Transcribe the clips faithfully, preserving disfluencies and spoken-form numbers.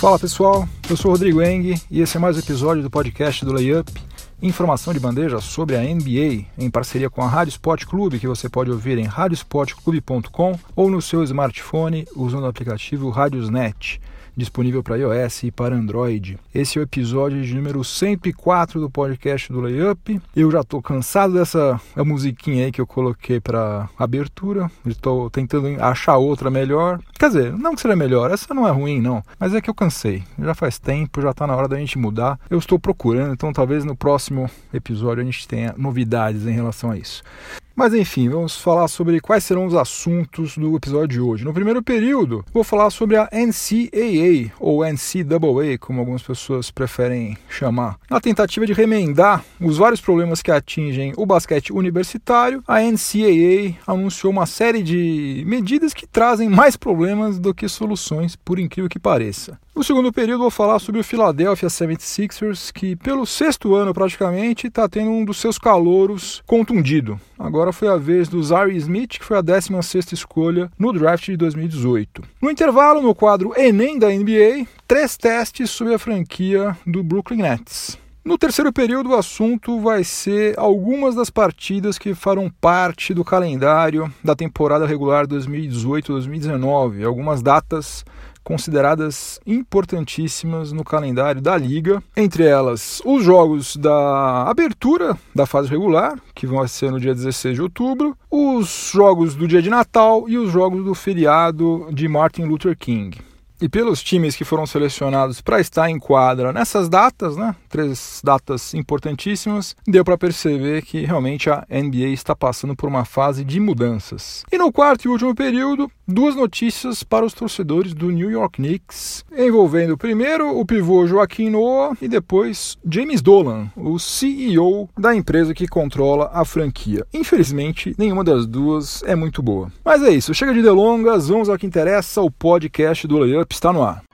Fala pessoal, eu sou o Rodrigo Eng e esse é mais um episódio do podcast do Layup, informação de bandeja sobre a N B A, em parceria com a Rádio Sport Clube, que você pode ouvir em rádio sport clube ponto com ou no seu smartphone usando o aplicativo Radiosnet, disponível para iOS e para Android. Esse é o episódio de número cento e quatro do podcast do Layup. Eu já estou cansado dessa a musiquinha aí que eu coloquei para abertura. Estou tentando achar outra melhor. Quer dizer, não que seja melhor, essa não é ruim não, mas é que eu cansei. Já faz tempo, já está na hora da gente mudar. Eu estou procurando, então talvez no próximo episódio a gente tenha novidades em relação a isso. Mas enfim, vamos falar sobre quais serão os assuntos do episódio de hoje. No primeiro período, vou falar sobre a N C A A, ou N C A A, como algumas pessoas preferem chamar. Na tentativa de remendar os vários problemas que atingem o basquete universitário, a N C A A anunciou uma série de medidas que trazem mais problemas do que soluções, por incrível que pareça. No segundo período, vou falar sobre o Philadelphia setenta e seis ers, que pelo sexto ano praticamente está tendo um dos seus calouros contundido. Agora foi a vez do Zhaire Smith, que foi a décima sexta escolha no draft de dois mil e dezoito. No intervalo, no quadro Enem da N B A, três testes sobre a franquia do Brooklyn Nets. No terceiro período, o assunto vai ser algumas das partidas que farão parte do calendário da temporada regular dois mil e dezoito dois mil e dezenove, algumas datas consideradas importantíssimas no calendário da Liga, entre elas os jogos da abertura da fase regular, que vão ser no dia dezesseis de outubro, os jogos do dia de Natal e os jogos do feriado de Martin Luther King. E pelos times que foram selecionados para estar em quadra nessas datas, né, três datas importantíssimas, deu para perceber que realmente a N B A está passando por uma fase de mudanças. E no quarto e último período, duas notícias para os torcedores do New York Knicks, envolvendo primeiro o pivô Joakim Noah e depois James Dolan, o C E O da empresa que controla a franquia. Infelizmente, nenhuma das duas é muito boa. Mas é isso, chega de delongas, vamos ao que interessa, o podcast do Layup está no ar.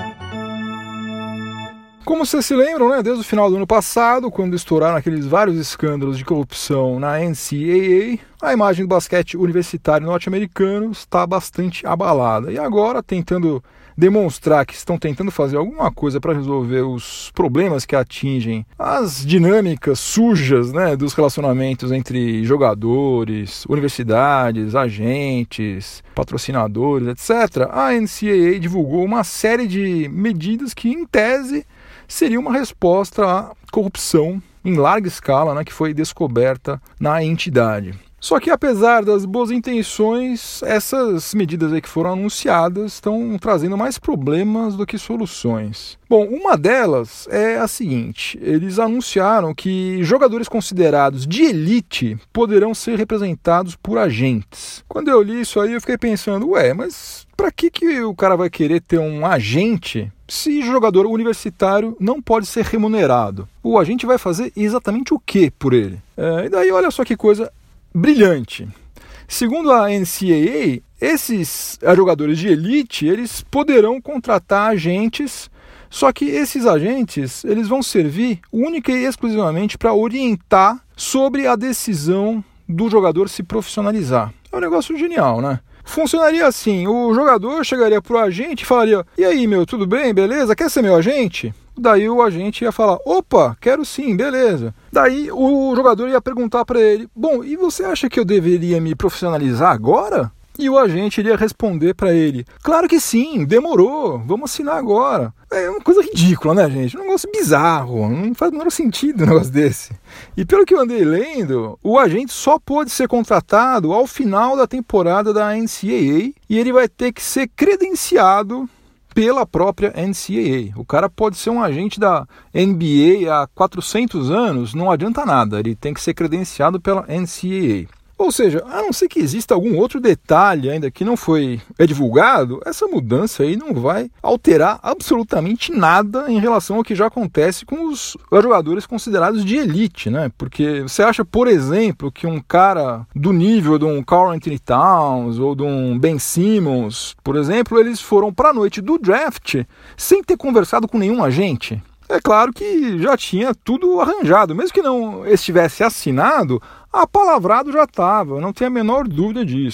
Como vocês se lembram, né, desde o final do ano passado, quando estouraram aqueles vários escândalos de corrupção na N C A A, a imagem do basquete universitário norte-americano está bastante abalada. E agora, tentando demonstrar que estão tentando fazer alguma coisa para resolver os problemas que atingem as dinâmicas sujas, né, dos relacionamentos entre jogadores, universidades, agentes, patrocinadores, etcétera, a N C A A divulgou uma série de medidas que, em tese, seria uma resposta à corrupção em larga escala, né, que foi descoberta na entidade. Só que, apesar das boas intenções, essas medidas aí que foram anunciadas estão trazendo mais problemas do que soluções. Bom, uma delas é a seguinte: eles anunciaram que jogadores considerados de elite poderão ser representados por agentes. Quando eu li isso aí, eu fiquei pensando, ué, mas para que, que o cara vai querer ter um agente se jogador universitário não pode ser remunerado? O agente vai fazer exatamente o que por ele? É, e daí, olha só que coisa brilhante. Segundo a N C A A, esses jogadores de elite, eles poderão contratar agentes, só que esses agentes, eles vão servir única e exclusivamente para orientar sobre a decisão do jogador se profissionalizar. É um negócio genial, né? Funcionaria assim: o jogador chegaria pro agente e falaria: e aí, meu, tudo bem, beleza? Quer ser meu agente? Daí o agente ia falar: opa, quero sim, beleza. Daí o jogador ia perguntar para ele: bom, e você acha que eu deveria me profissionalizar agora? E o agente iria responder para ele: claro que sim, demorou, vamos assinar agora. É uma coisa ridícula, né, gente? Um negócio bizarro, não faz o menor sentido um negócio desse. E pelo que eu andei lendo, o agente só pode ser contratado ao final da temporada da N C A A e ele vai ter que ser credenciado pela própria N C A A. O cara pode ser um agente da N B A há quatrocentos anos, não adianta nada, ele tem que ser credenciado pela N C A A. Ou seja, a não ser que exista algum outro detalhe ainda que não foi é divulgado, essa mudança aí não vai alterar absolutamente nada em relação ao que já acontece com os jogadores considerados de elite, né? Porque você acha, por exemplo, que um cara do nível de um Karl Anthony Towns ou de um Ben Simmons, por exemplo, eles foram para a noite do draft sem ter conversado com nenhum agente? É claro que já tinha tudo arranjado, mesmo que não estivesse assinado, apalavrado já estava, não tenho a menor dúvida disso.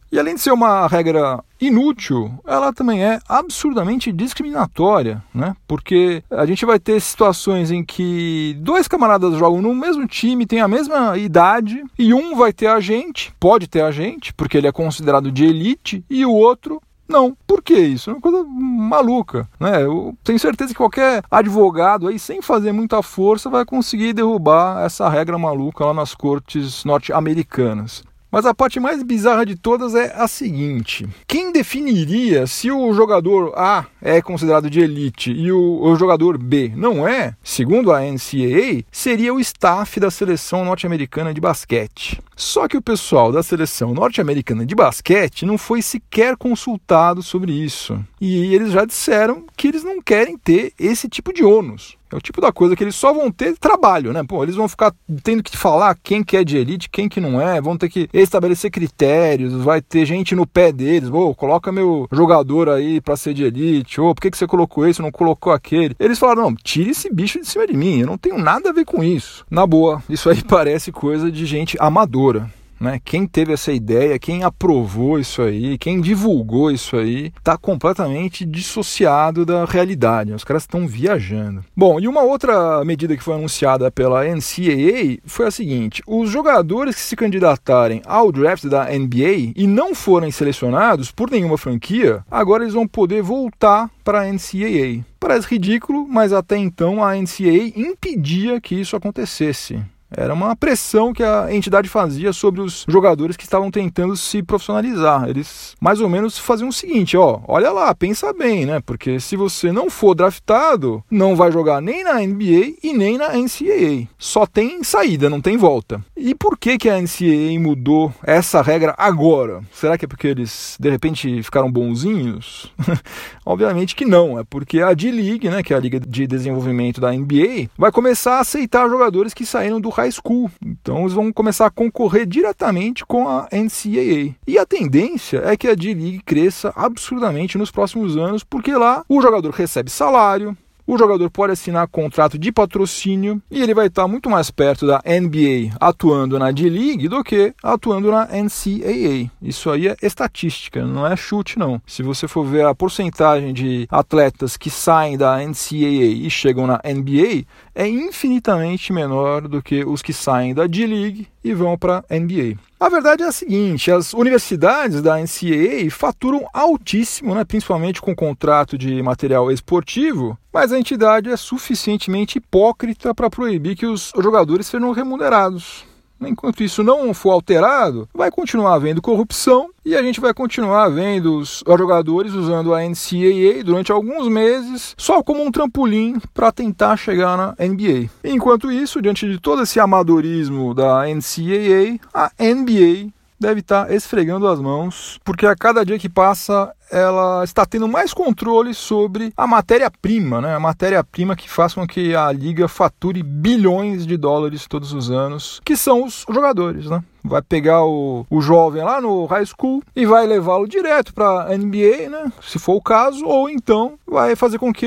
E além de ser uma regra inútil, ela também é absurdamente discriminatória, né? Porque a gente vai ter situações em que dois camaradas jogam no mesmo time, têm a mesma idade, e um vai ter agente, pode ter agente, porque ele é considerado de elite, e o outro não. Por que isso? É uma coisa maluca, né? Eu tenho certeza que qualquer advogado aí, sem fazer muita força, vai conseguir derrubar essa regra maluca lá nas cortes norte-americanas. Mas a parte mais bizarra de todas é a seguinte: quem definiria se o jogador A é considerado de elite e o, o jogador B não é, segundo a N C A A, seria o staff da seleção norte-americana de basquete. Só que o pessoal da seleção norte-americana de basquete não foi sequer consultado sobre isso. E eles já disseram que eles não querem ter esse tipo de ônus. É o tipo da coisa que eles só vão ter trabalho, né? Pô, eles vão ficar tendo que falar quem que é de elite, quem que não é, vão ter que estabelecer critérios, vai ter gente no pé deles, ô, coloca meu jogador aí pra ser de elite, ô, por que que você colocou esse, não colocou aquele? Eles falaram, não, tire esse bicho de cima de mim, eu não tenho nada a ver com isso. Na boa, isso aí parece coisa de gente amadora. Né? Quem teve essa ideia, quem aprovou isso aí, quem divulgou isso aí, está completamente dissociado da realidade. Os caras estão viajando. Bom, e uma outra medida que foi anunciada pela N C A A foi a seguinte: os jogadores que se candidatarem ao draft da N B A e não forem selecionados por nenhuma franquia, agora eles vão poder voltar para a N C A A. Parece ridículo, mas até então a N C A A impedia que isso acontecesse. Era uma pressão que a entidade fazia sobre os jogadores que estavam tentando se profissionalizar. Eles mais ou menos faziam o seguinte, ó, olha lá, pensa bem, né? Porque se você não for draftado, não vai jogar nem na N B A e nem na N C A A. Só tem saída, não tem volta. E por que que a N C A A mudou essa regra agora? Será que é porque eles, de repente, ficaram bonzinhos? Obviamente que não. É porque a D-League, né, que é a Liga de Desenvolvimento da N B A, vai começar a aceitar jogadores que saíram do high school. Então eles vão começar a concorrer diretamente com a N C A A. E a tendência é que a D-League cresça absurdamente nos próximos anos, porque lá o jogador recebe salário, o jogador pode assinar contrato de patrocínio e ele vai estar muito mais perto da N B A atuando na D-League do que atuando na N C A A. Isso aí é estatística, não é chute não. Se você for ver a porcentagem de atletas que saem da N C A A e chegam na N B A, é infinitamente menor do que os que saem da D-League e vão para a N B A. A verdade é a seguinte: as universidades da N C A A faturam altíssimo, né, principalmente com contrato de material esportivo, mas a entidade é suficientemente hipócrita para proibir que os jogadores sejam remunerados. Enquanto isso não for alterado, vai continuar havendo corrupção e a gente vai continuar vendo os jogadores usando a N C A A durante alguns meses só como um trampolim para tentar chegar na N B A. Enquanto isso, diante de todo esse amadorismo da N C A A, a N B A deve estar esfregando as mãos, porque a cada dia que passa ela está tendo mais controle sobre a matéria-prima, né? A matéria-prima que faz com que a liga fature bilhões de dólares todos os anos, que são os jogadores, né? Vai pegar o, o jovem lá no high school e vai levá-lo direto para a N B A, né? Se for o caso, ou então vai fazer com que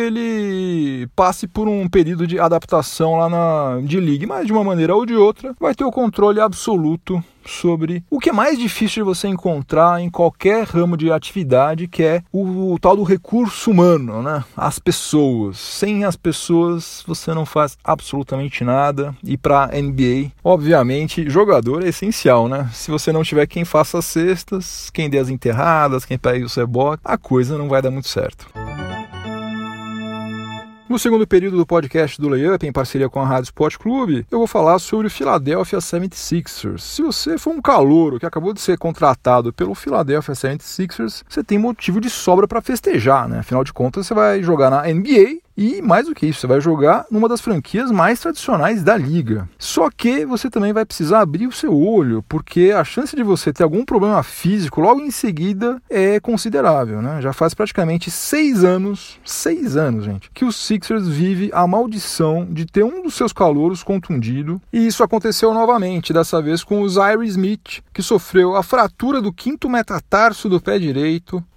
ele passe por um período de adaptação lá na D-League, mas de uma maneira ou de outra vai ter o controle absoluto sobre o que é mais difícil de você encontrar em qualquer ramo de atividade, que é o, o tal do recurso humano, né? As pessoas. Sem as pessoas você não faz absolutamente nada. E para a N B A, obviamente, jogador é essencial, né? Se você não tiver quem faça as cestas, quem dê as enterradas, quem pegue os rebotes, a coisa não vai dar muito certo. No segundo período do podcast do Layup, em parceria com a Rádio Sport Clube, eu vou falar sobre o Philadelphia setenta e seis ers. Se você for um calouro que acabou de ser contratado pelo Philadelphia setenta e seis ers, você tem motivo de sobra para festejar, né? Afinal de contas, você vai jogar na N B A e, mais do que isso, você vai jogar numa das franquias mais tradicionais da liga. Só que você também vai precisar abrir o seu olho, porque a chance de você ter algum problema físico logo em seguida é considerável, né? Já faz praticamente seis anos, seis anos, gente, que o Sixers vive a maldição de ter um dos seus calouros contundido, e isso aconteceu novamente, dessa vez com o Zhaire Smith, que sofreu a fratura do quinto metatarso do pé direito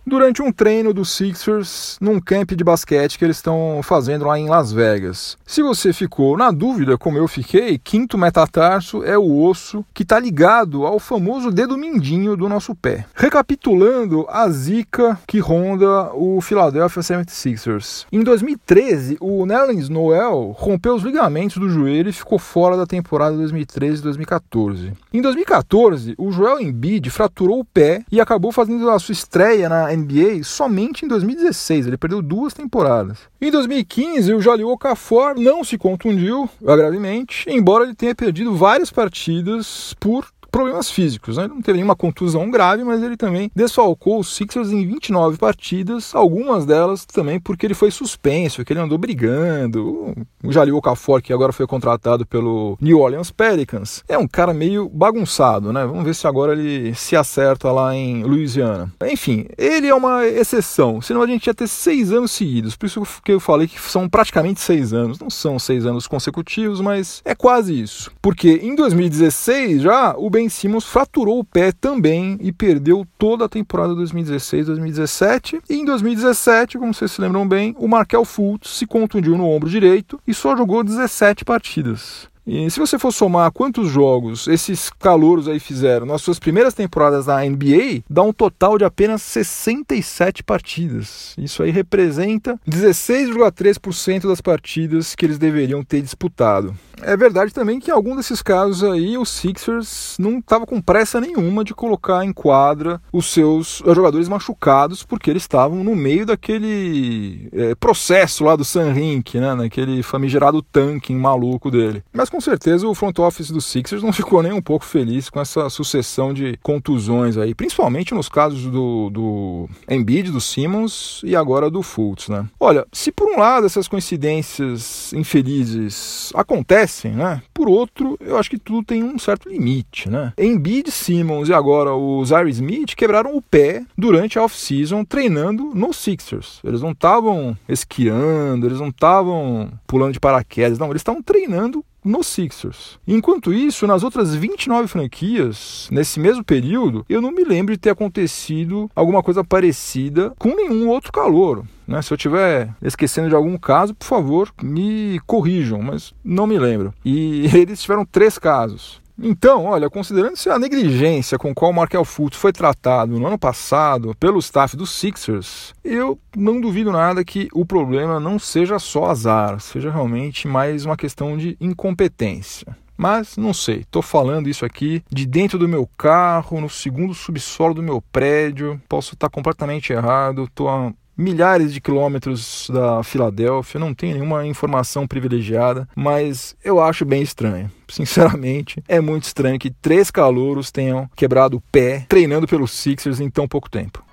durante um treino dos Sixers num camp de basquete que eles estão fazendo lá em Las Vegas. Se você ficou na dúvida, como eu fiquei, quinto metatarso é o osso que está ligado ao famoso dedo mindinho do nosso pé. Recapitulando a zica que ronda o Philadelphia setenta e seis ers. Em dois mil e treze, o Nerlens Noel rompeu os ligamentos do joelho e ficou fora da temporada dois mil e treze e dois mil e quatorze. Em dois mil e quatorze, o Joel Embiid fraturou o pé e acabou fazendo a sua estreia na N B A somente em dois mil e dezesseis. Ele perdeu duas temporadas. Em dois mil e quinze, o Jahlil Okafor não se contundiu gravemente, embora ele tenha perdido várias partidas por problemas físicos, né? Ele não teve nenhuma contusão grave, mas ele também desfalcou os Sixers em vinte e nove partidas, algumas delas também porque ele foi suspenso, que ele andou brigando. O Jahlil Okafor, que agora foi contratado pelo New Orleans Pelicans, é um cara meio bagunçado, né? Vamos ver se agora ele se acerta lá em Louisiana. Enfim, ele é uma exceção, senão a gente ia ter seis anos seguidos, por isso que eu falei que são praticamente seis anos, não são seis anos consecutivos, mas é quase isso, porque em dois mil e dezesseis já o Ben Simmons fraturou o pé também e perdeu toda a temporada dois mil e dezesseis dois mil e dezessete. E em dois mil e dezessete, como vocês se lembram bem, o Markelle Fultz se contundiu no ombro direito e só jogou dezessete partidas. E se você for somar quantos jogos esses calouros aí fizeram nas suas primeiras temporadas na N B A, dá um total de apenas sessenta e sete partidas. Isso aí representa dezesseis vírgula três por cento das partidas que eles deveriam ter disputado. É verdade também que em algum desses casos aí o Sixers não estava com pressa nenhuma de colocar em quadra os seus jogadores machucados, porque eles estavam no meio daquele é, processo lá do Sun Rink, né, naquele famigerado tanking maluco dele. Mas com certeza o front office do Sixers não ficou nem um pouco feliz com essa sucessão de contusões aí, principalmente nos casos do, do Embiid, do Simmons e agora do Fultz, né? Olha, se por um lado essas coincidências infelizes acontecem, né? Por outro, eu acho que tudo tem um certo limite, né? Embiid, Simmons e agora o Zaire Smith quebraram o pé durante a off-season treinando no Sixers. Eles não estavam esquiando, eles não estavam pulando de paraquedas, não, eles estavam treinando nos Sixers. Enquanto isso, nas outras vinte e nove franquias, nesse mesmo período, eu não me lembro de ter acontecido alguma coisa parecida com nenhum outro calouro, né? Se eu estiver esquecendo de algum caso, por favor, me corrijam, mas não me lembro. E eles tiveram três casos. Então, olha, considerando-se a negligência com qual o Markelle Fultz foi tratado no ano passado pelo staff dos Sixers, eu não duvido nada que o problema não seja só azar, seja realmente mais uma questão de incompetência. Mas não sei, estou falando isso aqui de dentro do meu carro, no segundo subsolo do meu prédio, posso estar completamente errado, estou a milhares de quilômetros da Filadélfia, não tenho nenhuma informação privilegiada, mas eu acho bem estranho. Sinceramente, é muito estranho que três calouros tenham quebrado o pé treinando pelos Sixers em tão pouco tempo.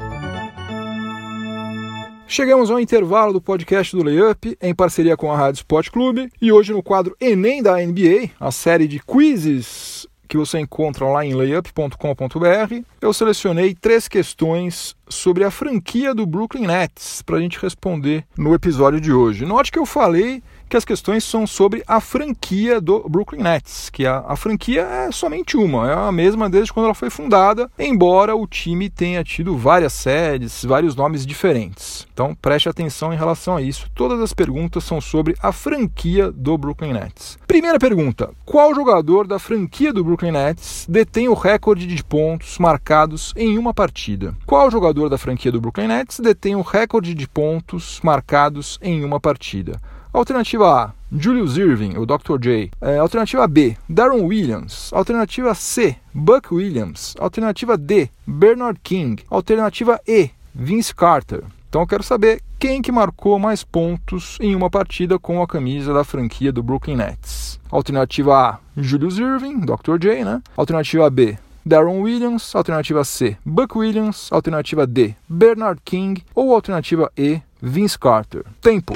Chegamos ao intervalo do podcast do Layup, em parceria com a Rádio Sport Clube, e hoje no quadro Enem da N B A, a série de quizzes que você encontra lá em layup ponto com ponto b r, eu selecionei três questões sobre a franquia do Brooklyn Nets para a gente responder no episódio de hoje. Note que eu falei que as questões são sobre a franquia do Brooklyn Nets, que a, a franquia é somente uma, é a mesma desde quando ela foi fundada, embora o time tenha tido várias sedes, vários nomes diferentes. Então preste atenção em relação a isso. Todas as perguntas são sobre a franquia do Brooklyn Nets. Primeira pergunta: qual jogador da franquia do Brooklyn Nets detém o recorde de pontos marcados em uma partida? Qual jogador da franquia do Brooklyn Nets detém o recorde de pontos marcados em uma partida? Alternativa A, Julius Erving, o doutor J. É, alternativa B, Deron Williams. Alternativa C, Buck Williams. Alternativa D, Bernard King. Alternativa E, Vince Carter. Então eu quero saber quem que marcou mais pontos em uma partida com a camisa da franquia do Brooklyn Nets. Alternativa A, Julius Erving, doutor J, né? Alternativa B, Deron Williams. Alternativa C, Buck Williams. Alternativa D, Bernard King. Ou alternativa E, Vince Carter. Tempo.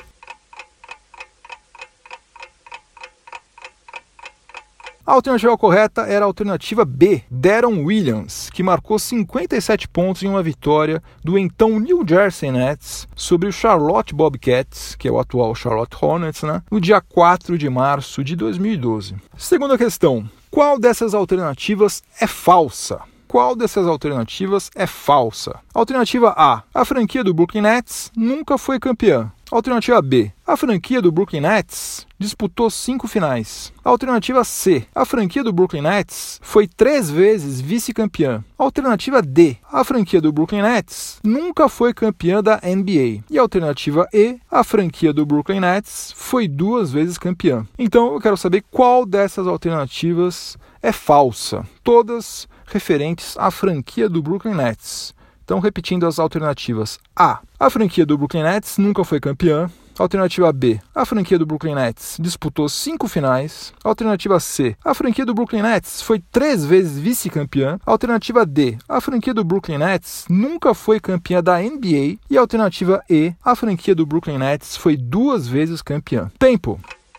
A alternativa correta era a alternativa B, Deron Williams, que marcou cinquenta e sete pontos em uma vitória do então New Jersey Nets sobre o Charlotte Bobcats, que é o atual Charlotte Hornets, né, no dia quatro de março de dois mil e doze. Segunda questão: qual dessas alternativas é falsa? qual dessas alternativas é falsa. Alternativa A. A franquia do Brooklyn Nets nunca foi campeã. Alternativa B. A franquia do Brooklyn Nets disputou cinco finais. Alternativa C. A franquia do Brooklyn Nets foi três vezes vice-campeã. Alternativa D. A franquia do Brooklyn Nets nunca foi campeã da N B A. E alternativa E. A franquia do Brooklyn Nets foi duas vezes campeã. Então eu quero saber qual dessas alternativas é falsa. Todas referentes à franquia do Brooklyn Nets. Então, repetindo as alternativas. A. A franquia do Brooklyn Nets nunca foi campeã. Alternativa B. A franquia do Brooklyn Nets disputou cinco finais. Alternativa C. A franquia do Brooklyn Nets foi três vezes vice-campeã. Alternativa D. A franquia do Brooklyn Nets nunca foi campeã da N B A. E alternativa E. A franquia do Brooklyn Nets foi duas vezes campeã. Tempo.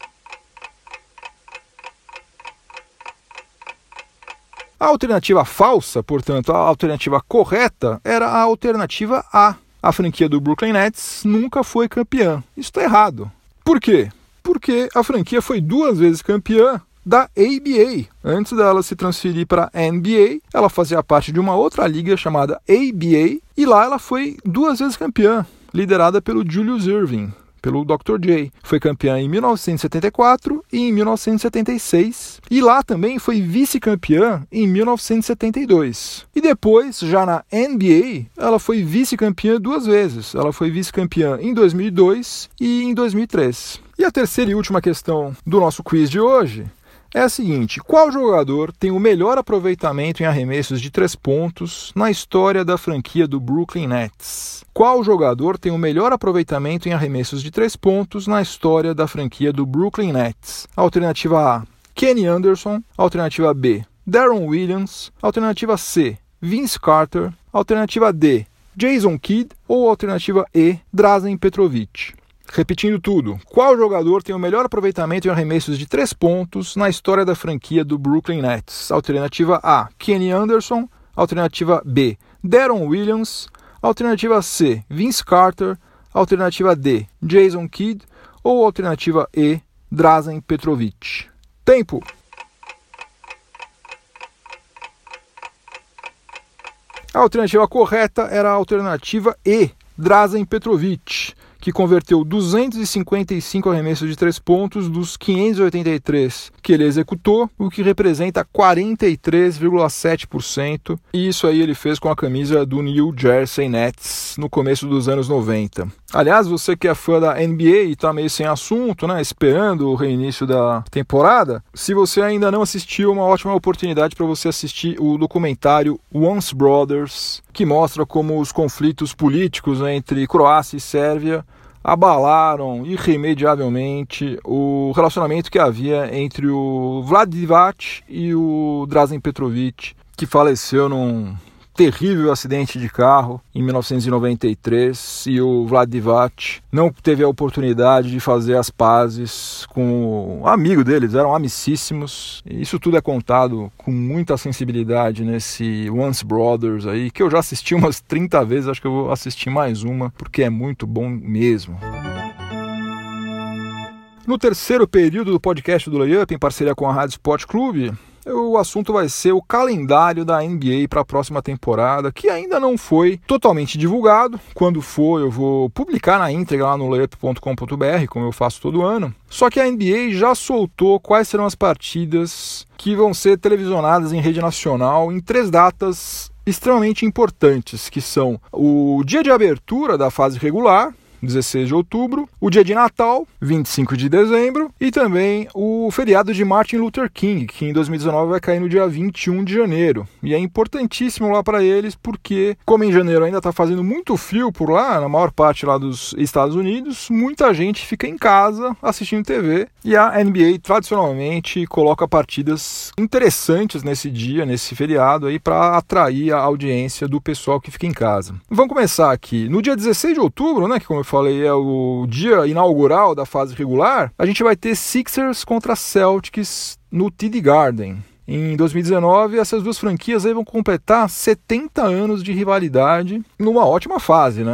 A alternativa falsa, portanto, a alternativa correta, era a alternativa A. A franquia do Brooklyn Nets nunca foi campeã. Isso está errado. Por quê? Porque a franquia foi duas vezes campeã da A B A. Antes dela se transferir para a N B A, ela fazia parte de uma outra liga chamada A B A, e lá ela foi duas vezes campeã, liderada pelo Julius Erving, pelo doutor J. Foi campeã em mil novecentos e setenta e quatro e em mil novecentos e setenta e seis. E lá também foi vice-campeã em mil novecentos e setenta e dois. E depois, já na N B A, ela foi vice-campeã duas vezes. Ela foi vice-campeã em dois mil e dois e em dois mil e três. E a terceira e última questão do nosso quiz de hoje é a seguinte: qual jogador tem o melhor aproveitamento em arremessos de três pontos na história da franquia do Brooklyn Nets? Qual jogador tem o melhor aproveitamento em arremessos de três pontos na história da franquia do Brooklyn Nets? Alternativa A, Kenny Anderson. Alternativa B, Deron Williams. Alternativa C, Vince Carter. Alternativa D, Jason Kidd. Ou alternativa E, Drazen Petrovic. Repetindo tudo, qual jogador tem o melhor aproveitamento em arremessos de três pontos na história da franquia do Brooklyn Nets? Alternativa A, Kenny Anderson. Alternativa B, Deron Williams. Alternativa C, Vince Carter. Alternativa D, Jason Kidd. Ou alternativa E, Drazen Petrovic. Tempo. A alternativa correta era a alternativa E, Drazen Petrovic, que converteu duzentos e cinquenta e cinco arremessos de três pontos dos quinhentos e oitenta e três que ele executou, o que representa quarenta e três vírgula sete por cento, e isso aí ele fez com a camisa do New Jersey Nets no começo dos anos noventa. Aliás, você que é fã da N B A e está meio sem assunto, né, esperando o reinício da temporada, se você ainda não assistiu, uma ótima oportunidade para você assistir o documentário Once Brothers, que mostra como os conflitos políticos entre Croácia e Sérvia abalaram irremediavelmente o relacionamento que havia entre o Vlad Divac e o Drazen Petrovic, que faleceu num terrível acidente de carro em mil novecentos e noventa e três, e o Vlad Divac não teve a oportunidade de fazer as pazes com o amigo deles, eram amicíssimos. Isso tudo é contado com muita sensibilidade nesse Once Brothers aí, que eu já assisti umas trinta vezes, acho que eu vou assistir mais uma, porque é muito bom mesmo. No terceiro período do podcast do Layup, em parceria com a Rádio Sport Clube, o assunto vai ser o calendário da N B A para a próxima temporada, que ainda não foi totalmente divulgado. Quando for, eu vou publicar na íntegra lá no layup ponto com ponto b r, como eu faço todo ano. Só que a N B A já soltou quais serão as partidas que vão ser televisionadas em rede nacional em três datas extremamente importantes, que são o dia de abertura da fase regular, dezesseis de outubro, o dia de Natal, vinte e cinco de dezembro, e também o feriado de Martin Luther King, que em dois mil e dezenove vai cair no dia vinte e um de janeiro. E é importantíssimo lá para eles, porque como em janeiro ainda está fazendo muito frio por lá, na maior parte lá dos Estados Unidos, muita gente fica em casa assistindo T V, e a N B A tradicionalmente coloca partidas interessantes nesse dia, nesse feriado aí, para atrair a audiência do pessoal que fica em casa. Vamos começar aqui. No dia dezesseis de outubro, né, que como eu falei é o dia inaugural da fase regular, a gente vai ter Sixers contra Celtics no T D Garden. Em dois mil e dezenove, essas duas franquias aí vão completar setenta anos de rivalidade numa ótima fase, né?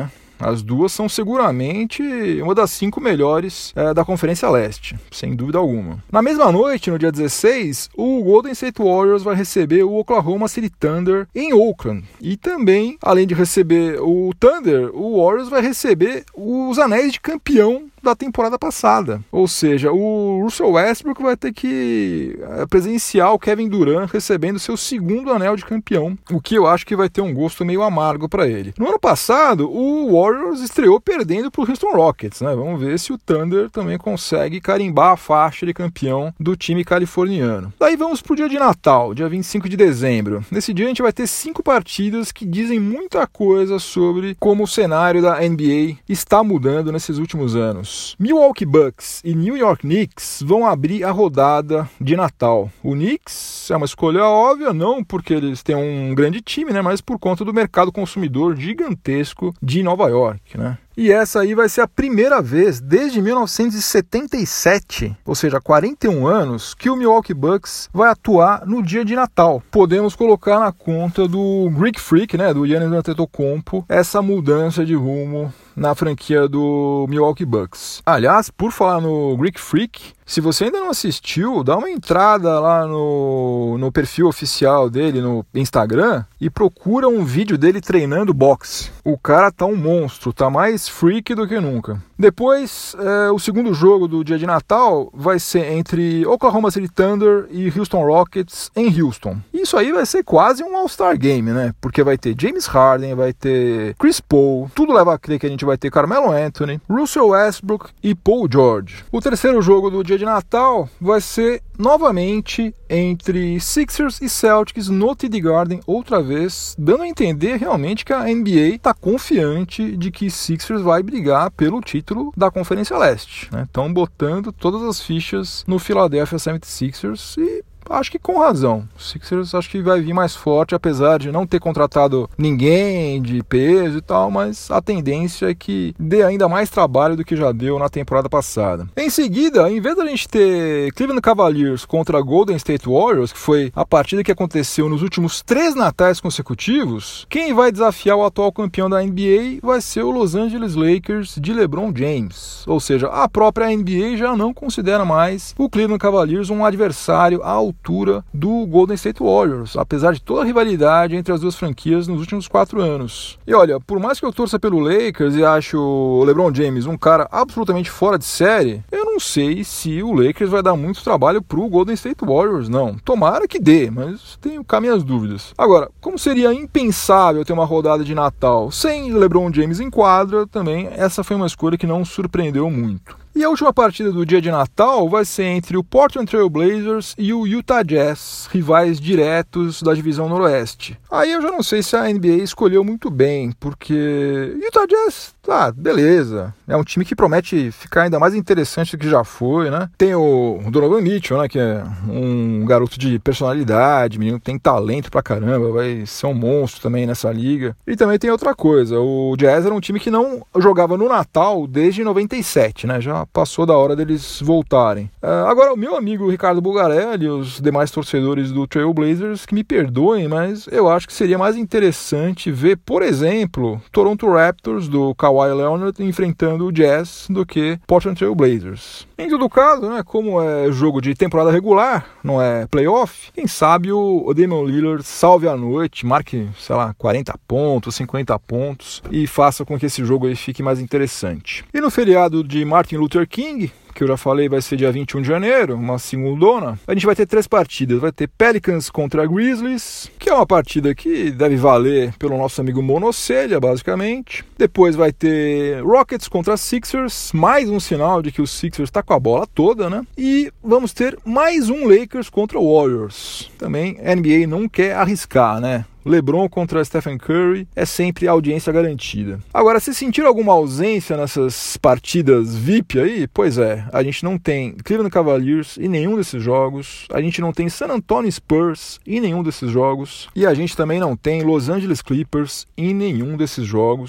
As duas são seguramente uma das cinco melhores é, da Conferência Leste, sem dúvida alguma. Na mesma noite, no dia dezesseis, o Golden State Warriors vai receber o Oklahoma City Thunder em Oakland. E também, além de receber o Thunder, o Warriors vai receber os anéis de campeão da temporada passada. Ou seja, o Russell Westbrook vai ter que presenciar o Kevin Durant recebendo seu segundo anel de campeão, o que eu acho que vai ter um gosto meio amargo para ele. No ano passado, o Warriors estreou perdendo para o Houston Rockets, né? Vamos ver se o Thunder também consegue carimbar a faixa de campeão do time californiano. Daí vamos para o dia de Natal, dia vinte e cinco de dezembro. Nesse dia a gente vai ter cinco partidas que dizem muita coisa sobre como o cenário da N B A está mudando nesses últimos anos. Milwaukee Bucks e New York Knicks vão abrir a rodada de Natal. O Knicks é uma escolha óbvia, não porque eles têm um grande time, né, mas por conta do mercado consumidor gigantesco de Nova York, né? E essa aí vai ser a primeira vez desde mil novecentos e setenta e sete, ou seja, quarenta e um anos, que o Milwaukee Bucks vai atuar no dia de Natal. Podemos colocar na conta do Greek Freak, né, do Giannis Antetokounmpo, essa mudança de rumo na franquia do Milwaukee Bucks. Aliás, por falar no Greek Freak, se você ainda não assistiu, dá uma entrada lá no, no perfil oficial dele no Instagram e procura um vídeo dele treinando boxe. O cara tá um monstro, tá mais freak do que nunca. Depois, é, o segundo jogo do dia de Natal vai ser entre Oklahoma City Thunder e Houston Rockets em Houston. Isso aí vai ser quase um All-Star Game, né? Porque vai ter James Harden, vai ter Chris Paul, tudo leva a crer que a gente vai ter Carmelo Anthony, Russell Westbrook e Paul George. O terceiro jogo do dia de Natal vai ser novamente entre Sixers e Celtics no T D Garden outra vez, dando a entender realmente que a N B A está confiante de que Sixers vai brigar pelo título da Conferência Leste. Estão né? botando todas as fichas no Philadelphia setenta e seis ers e acho que com razão. O Sixers acho que vai vir mais forte, apesar de não ter contratado ninguém de peso e tal, mas a tendência é que dê ainda mais trabalho do que já deu na temporada passada. Em seguida, em vez da gente ter Cleveland Cavaliers contra Golden State Warriors, que foi a partida que aconteceu nos últimos três natais consecutivos, quem vai desafiar o atual campeão da N B A vai ser o Los Angeles Lakers de LeBron James. Ou seja, a própria N B A já não considera mais o Cleveland Cavaliers um adversário à altura do Golden State Warriors, apesar de toda a rivalidade entre as duas franquias nos últimos quatro anos. E olha, por mais que eu torça pelo Lakers e acho o LeBron James um cara absolutamente fora de série, eu não sei se o Lakers vai dar muito trabalho pro Golden State Warriors, não. Tomara que dê, mas tenho cá minhas dúvidas. Agora, como seria impensável ter uma rodada de Natal sem LeBron James em quadra, também essa foi uma escolha que não surpreendeu muito. E a última partida do dia de Natal vai ser entre o Portland Trail Blazers e o Utah Jazz, rivais diretos da divisão noroeste. Aí eu já não sei se a N B A escolheu muito bem, porque Utah Jazz, tá, beleza, é um time que promete ficar ainda mais interessante do que já foi, né? Tem o Donovan Mitchell, né, que é um garoto de personalidade, menino que tem talento pra caramba, vai ser um monstro também nessa liga. E também tem outra coisa, o Jazz era um time que não jogava no Natal desde noventa e sete, né, já passou da hora deles voltarem. Uh, agora, o meu amigo Ricardo Bugarelli e os demais torcedores do Trail Blazers que me perdoem, mas eu acho que seria mais interessante ver, por exemplo, Toronto Raptors do Kawhi Leonard enfrentando o Jazz do que Portland Trail Blazers. Em todo caso, né, como é jogo de temporada regular, não é playoff, quem sabe o, o Damian Lillard salve a noite, marque, sei lá, quarenta pontos, cinquenta pontos e faça com que esse jogo aí fique mais interessante. E no feriado de Martin Luther King, que eu já falei vai ser dia vinte e um de janeiro, uma segundona, a gente vai ter três partidas. Vai ter Pelicans contra Grizzlies, que é uma partida que deve valer pelo nosso amigo Monocelha, basicamente. Depois vai ter Rockets contra Sixers, mais um sinal de que o Sixers está com a bola toda, né? E vamos ter mais um Lakers contra Warriors. Também a N B A não quer arriscar, né? LeBron contra Stephen Curry é sempre audiência garantida. Agora, se sentir alguma ausência nessas partidas V I P aí, pois é, a gente não tem Cleveland Cavaliers em nenhum desses jogos, a gente não tem San Antonio Spurs em nenhum desses jogos, e a gente também não tem Los Angeles Clippers em nenhum desses jogos.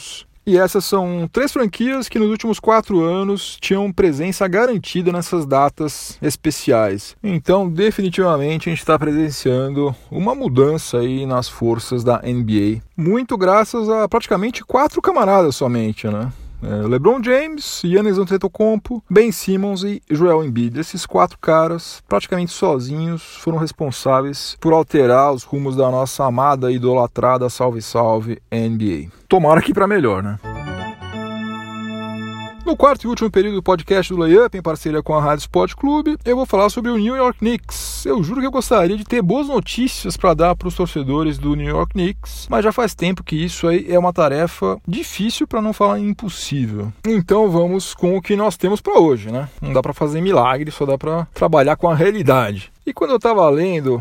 E essas são três franquias que nos últimos quatro anos tinham presença garantida nessas datas especiais. Então, definitivamente, a gente está presenciando uma mudança aí nas forças da N B A. Muito graças a praticamente quatro camaradas somente, né? LeBron James, Giannis Antetokounmpo, Ben Simmons e Joel Embiid. Esses quatro caras, praticamente sozinhos, foram responsáveis por alterar os rumos da nossa amada e idolatrada salve salve N B A. Tomara que para melhor, né? No quarto e último período do podcast do Layup, em parceria com a Rádio Sport Clube, eu vou falar sobre o New York Knicks. Eu juro que eu gostaria de ter boas notícias para dar para os torcedores do New York Knicks, mas já faz tempo que isso aí é uma tarefa difícil, para não falar impossível. Então vamos com o que nós temos para hoje, né? Não dá para fazer milagre, só dá para trabalhar com a realidade. E quando eu estava lendo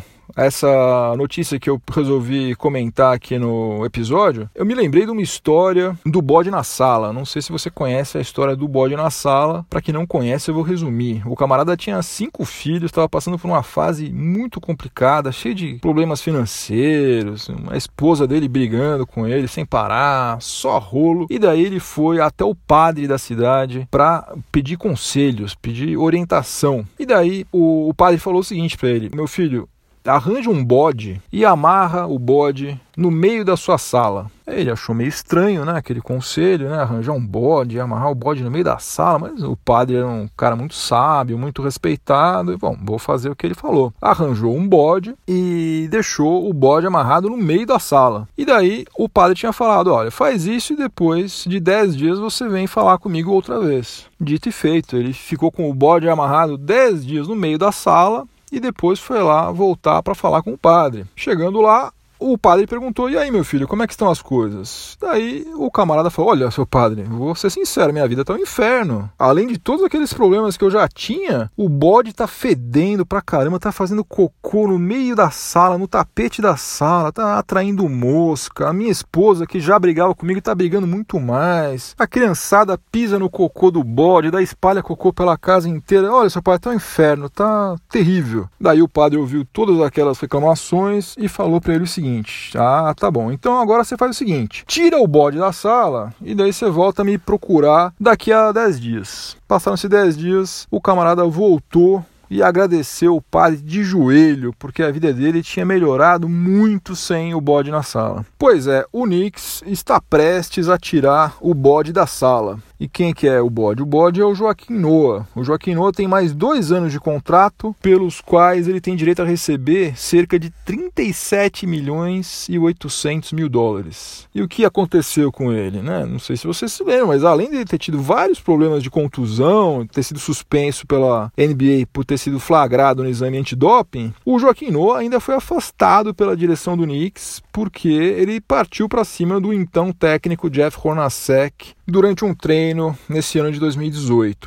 essa notícia que eu resolvi comentar aqui no episódio, eu me lembrei de uma história do bode na sala. Não sei se você conhece a história do bode na sala. Para quem não conhece, eu vou resumir. O camarada tinha cinco filhos, estava passando por uma fase muito complicada, cheia de problemas financeiros, a esposa dele brigando com ele sem parar, só rolo. E daí ele foi até o padre da cidade para pedir conselhos, pedir orientação. E daí o, o padre falou o seguinte para ele: meu filho, arranja um bode e amarra o bode no meio da sua sala. Ele achou meio estranho, né, aquele conselho, né, arranjar um bode, amarrar o bode no meio da sala, mas o padre era um cara muito sábio, muito respeitado, e bom, vou fazer o que ele falou. Arranjou um bode e deixou o bode amarrado no meio da sala. E daí o padre tinha falado: olha, faz isso e depois de dez dias você vem falar comigo outra vez. Dito e feito, ele ficou com o bode amarrado dez dias no meio da sala, e depois foi lá voltar para falar com o padre. Chegando lá, o padre perguntou: e aí, meu filho, como é que estão as coisas? Daí o camarada falou: olha, seu padre, vou ser sincero, minha vida tá um inferno. Além de todos aqueles problemas que eu já tinha, o bode tá fedendo pra caramba, tá fazendo cocô no meio da sala, no tapete da sala, tá atraindo mosca. A minha esposa, que já brigava comigo, tá brigando muito mais. A criançada pisa no cocô do bode, daí espalha cocô pela casa inteira. Olha, seu padre, tá um inferno, tá terrível. Daí o padre ouviu todas aquelas reclamações e falou pra ele o seguinte: ah, tá bom, então agora você faz o seguinte: tira o bode da sala e daí você volta a me procurar daqui a dez dias. Passaram-se dez dias, o camarada voltou e agradeceu o padre de joelho, porque a vida dele tinha melhorado muito sem o bode na sala. Pois é, o Knicks está prestes a tirar o bode da sala. E quem que é o bode? O bode é o Joakim Noah. O Joakim Noah tem mais dois anos de contrato, pelos quais ele tem direito a receber cerca de trinta e sete milhões e oitocentos mil dólares. E o que aconteceu com ele, né? Não sei se você se lembra, mas além de ele ter tido vários problemas de contusão, ter sido suspenso pela N B A por ter sido flagrado no exame antidoping, o Joakim Noah ainda foi afastado pela direção do Knicks porque ele partiu para cima do então técnico Jeff Hornacek durante um treino nesse ano de dois mil e dezoito.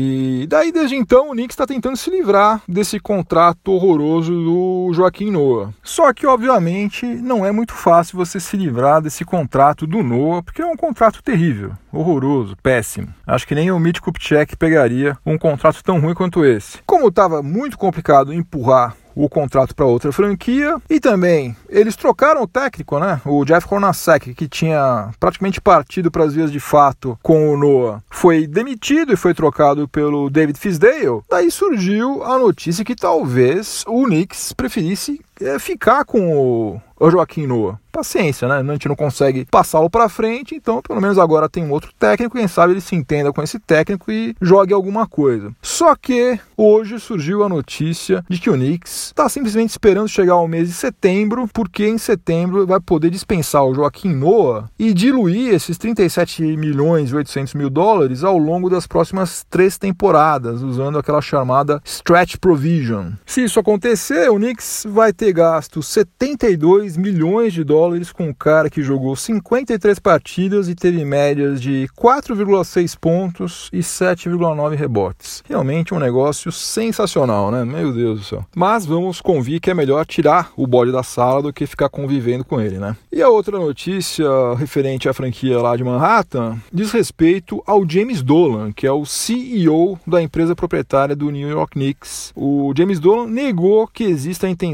E daí, desde então, o Knicks está tentando se livrar desse contrato horroroso do Joakim Noah. Só que, obviamente, não é muito fácil você se livrar desse contrato do Noah, porque é um contrato terrível, horroroso, péssimo. Acho que nem o Mitch Kupchak pegaria um contrato tão ruim quanto esse. Como estava muito complicado empurrar o contrato para outra franquia, e também eles trocaram o técnico, né? O Jeff Hornacek, que tinha praticamente partido para as vias de fato com o Noah, foi demitido e foi trocado pelo David Fisdale. Daí surgiu a notícia que talvez o Knicks preferisse é, ficar com o, o Joakim Noah. Paciência, né? A gente não consegue passá-lo para frente, então pelo menos agora tem um outro técnico, quem sabe ele se entenda com esse técnico e jogue alguma coisa. Só que hoje surgiu a notícia de que o Knicks está simplesmente esperando chegar ao mês de setembro, porque em setembro vai poder dispensar o Joakim Noah e diluir esses trinta e sete milhões e oitocentos mil dólares ao longo das próximas três temporadas, usando aquela chamada Stretch Provision. Se isso acontecer, o Knicks vai ter gasto setenta e dois milhões de dólares com um cara que jogou cinquenta e três partidas e teve médias de quatro vírgula seis pontos e sete vírgula nove rebotes. Realmente um negócio sensacional, né? Meu Deus do céu. Mas vamos convir que é melhor tirar o bode da sala do que ficar convivendo com ele, né? E a outra notícia referente à franquia lá de Manhattan diz respeito ao James Dolan, que é o C E O da empresa proprietária do New York Knicks. O James Dolan negou que exista a intenção de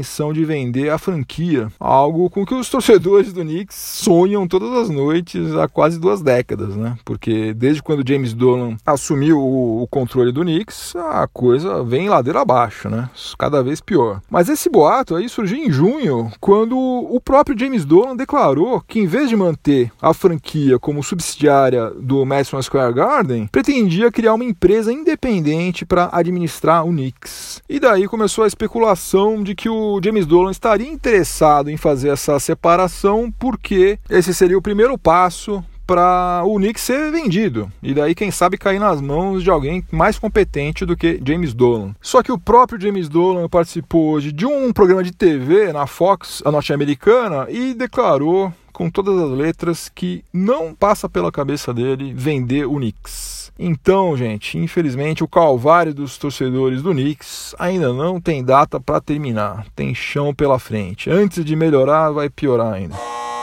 de vender a franquia, algo com que os torcedores do Knicks sonham todas as noites há quase duas décadas, né? Porque desde quando James Dolan assumiu o, o controle do Knicks, a coisa vem ladeira abaixo, né? Cada vez pior. Mas esse boato aí surgiu em junho, quando o próprio James Dolan declarou que, em vez de manter a franquia como subsidiária do Madison Square Garden, pretendia criar uma empresa independente para administrar o Knicks. E daí começou a especulação de que o James Dolan estaria interessado em fazer essa separação porque esse seria o primeiro passo para o Knicks ser vendido, e daí quem sabe cair nas mãos de alguém mais competente do que James Dolan. Só que o próprio James Dolan participou hoje de um programa de T V na Fox, a norte-americana, e declarou com todas as letras que não passa pela cabeça dele vender o Knicks. Então, gente, infelizmente o calvário dos torcedores do Knicks ainda não tem data para terminar, tem chão pela frente. Antes de melhorar, vai piorar ainda.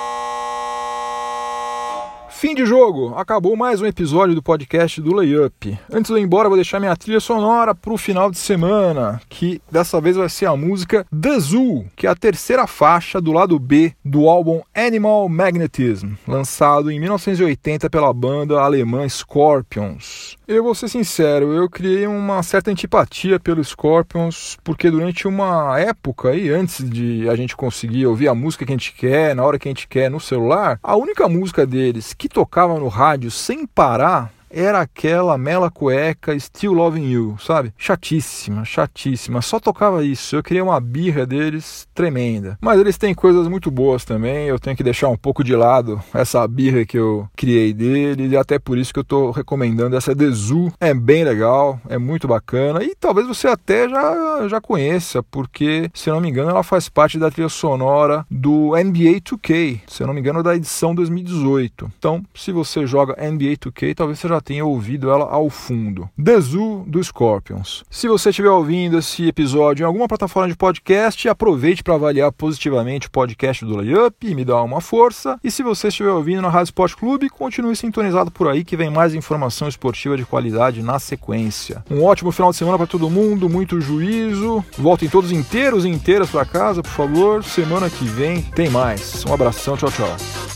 Fim de jogo, acabou mais um episódio do podcast do Layup. Antes de eu ir embora, vou deixar minha trilha sonora para o final de semana, que dessa vez vai ser a música The Zoo, que é a terceira faixa do lado B do álbum Animal Magnetism, lançado em mil novecentos e oitenta pela banda alemã Scorpions. Eu vou ser sincero, eu criei uma certa antipatia pelo Scorpions, porque durante uma época aí, antes de a gente conseguir ouvir a música que a gente quer, na hora que a gente quer, no celular, a única música deles que tocava no rádio sem parar era aquela Mela Cueca Still Loving You, sabe? Chatíssima, chatíssima. Só tocava isso. Eu queria uma birra deles tremenda. Mas eles têm coisas muito boas também. Eu tenho que deixar um pouco de lado essa birra que eu criei deles. E até por isso que eu tô recomendando essa The Zoo. É bem legal, é muito bacana. E talvez você até já, já conheça, porque, se eu não me engano, ela faz parte da trilha sonora do N B A dois K. Se eu não me engano, da edição dois mil e dezoito. Então, se você joga N B A dois K, talvez você já tenha ouvido ela ao fundo. The Zoo do Scorpions. Se você estiver ouvindo esse episódio em alguma plataforma de podcast, aproveite para avaliar positivamente o podcast do Layup e me dar uma força. E se você estiver ouvindo na Rádio Sport Clube, continue sintonizado por aí que vem mais informação esportiva de qualidade na sequência. Um ótimo final de semana para todo mundo, muito juízo. Voltem todos inteiros e inteiras para casa, por favor. Semana que vem tem mais. Um abração, tchau, tchau.